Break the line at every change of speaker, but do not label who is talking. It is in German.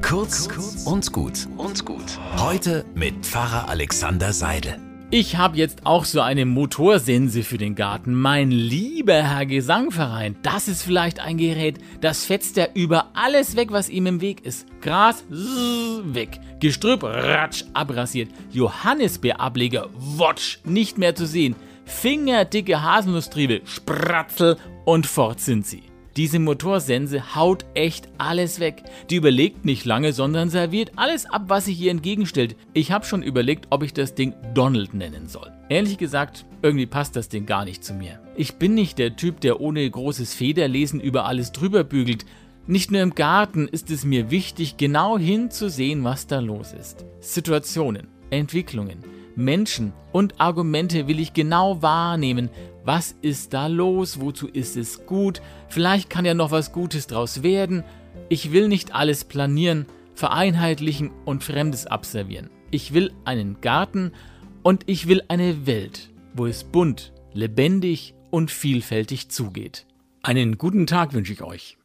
Kurz und gut. Heute mit Pfarrer Alexander Seidel.
Ich habe jetzt auch so eine Motorsense für den Garten. Mein lieber Herr Gesangverein, das ist vielleicht ein Gerät, das fetzt er über alles weg, was ihm im Weg ist. Gras, weg. Gestrüpp, ratsch, abrasiert. Johannisbeerableger, wotsch, nicht mehr zu sehen. Fingerdicke Haselnusstriebe, spratzel und fort sind sie. Diese Motorsense haut echt alles weg. Die überlegt nicht lange, sondern serviert alles ab, was sich ihr entgegenstellt. Ich habe schon überlegt, ob ich das Ding Donald nennen soll. Ehrlich gesagt, irgendwie passt das Ding gar nicht zu mir. Ich bin nicht der Typ, der ohne großes Federlesen über alles drüber bügelt. Nicht nur im Garten ist es mir wichtig, genau hinzusehen, was da los ist. Situationen, Entwicklungen, Menschen und Argumente will ich genau wahrnehmen. Was ist da los? Wozu ist es gut? Vielleicht kann ja noch was Gutes draus werden. Ich will nicht alles planieren, vereinheitlichen und Fremdes abservieren. Ich will einen Garten und ich will eine Welt, wo es bunt, lebendig und vielfältig zugeht. Einen guten Tag wünsche ich euch.